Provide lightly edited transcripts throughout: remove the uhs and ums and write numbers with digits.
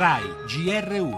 RAI GR1.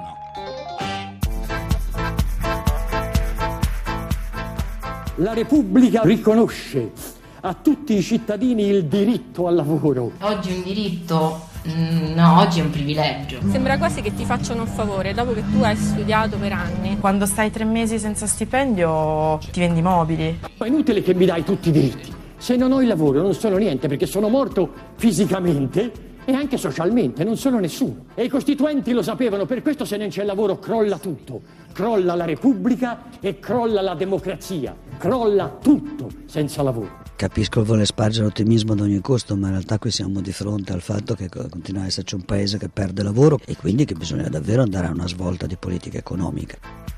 La Repubblica riconosce a tutti i cittadini il diritto al lavoro. Oggi è un diritto? No, oggi è un privilegio. Sembra quasi che ti facciano un favore dopo che tu hai studiato per anni. Quando stai 3 mesi senza stipendio ti vendi mobili. È inutile che mi dai tutti i diritti. Se non ho il lavoro non sono niente, perché sono morto fisicamente e anche socialmente, non sono nessuno. E i costituenti lo sapevano, per questo se non c'è lavoro crolla tutto. Crolla la Repubblica e crolla la democrazia. Crolla tutto senza lavoro. Capisco il voler spargere ottimismo ad ogni costo, ma in realtà qui siamo di fronte al fatto che continua ad esserci un paese che perde lavoro e quindi che bisogna davvero andare a una svolta di politica economica.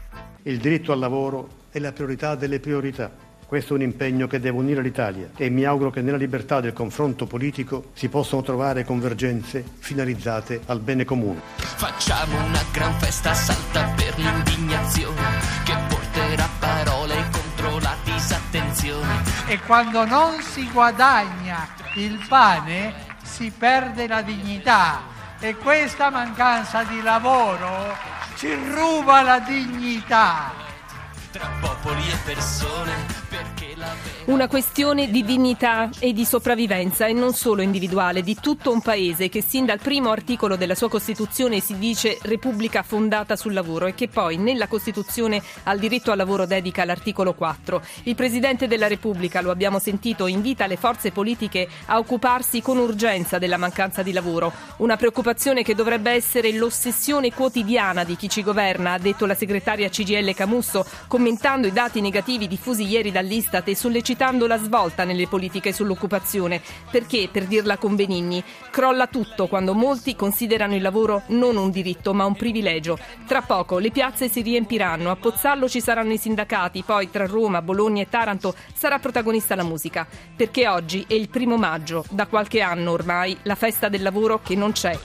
Il diritto al lavoro è la priorità delle priorità. Questo è un impegno che deve unire l'Italia e mi auguro che nella libertà del confronto politico si possano trovare convergenze finalizzate al bene comune. Facciamo una gran festa, salta per l'indignazione che porterà parole contro la disattenzione. E quando non si guadagna il pane si perde la dignità e questa mancanza di lavoro ci ruba la dignità. Tra popoli e persone, perché la Una questione di dignità e di sopravvivenza, e non solo individuale, di tutto un paese che sin dal primo articolo della sua Costituzione si dice Repubblica fondata sul lavoro e che poi nella Costituzione al diritto al lavoro dedica l'articolo 4. Il Presidente della Repubblica, lo abbiamo sentito, invita le forze politiche a occuparsi con urgenza della mancanza di lavoro, una preoccupazione che dovrebbe essere l'ossessione quotidiana di chi ci governa, ha detto la segretaria CGIL Camusso, commentando i dati negativi diffusi ieri dall'Istat e sollecitando la svolta nelle politiche sull'occupazione, perché, per dirla con Benigni, crolla tutto quando molti considerano il lavoro non un diritto ma un privilegio. Tra poco le piazze si riempiranno, a Pozzallo ci saranno i sindacati, poi tra Roma, Bologna e Taranto sarà protagonista la musica, perché oggi è il 1° maggio, da qualche anno ormai, la festa del lavoro che non c'è.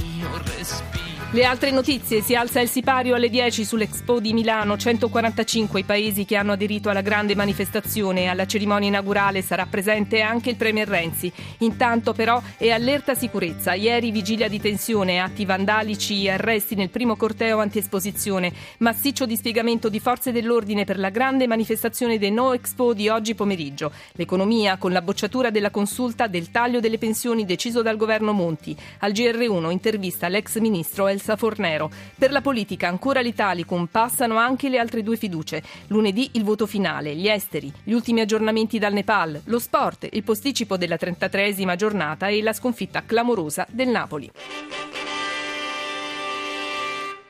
Le altre notizie: si alza il sipario alle 10 sull'Expo di Milano, 145 i paesi che hanno aderito alla grande manifestazione. Alla cerimonia inaugurale sarà presente anche il premier Renzi. Intanto però è allerta sicurezza. Ieri vigilia di tensione, atti vandalici e arresti nel primo corteo antiesposizione. Massiccio dispiegamento di forze dell'ordine per la grande manifestazione dei No Expo di oggi pomeriggio. L'economia con la bocciatura della consulta del taglio delle pensioni deciso dal governo Monti. Al GR1 intervista l'ex ministro Elsa Fornero. Per la politica ancora l'Italicum, passano anche le altre 2 fiducie. Lunedì il voto finale, gli esteri, gli ultimi aggiornamenti dal Nepal, lo sport, il posticipo della 33esima giornata e la sconfitta clamorosa del Napoli.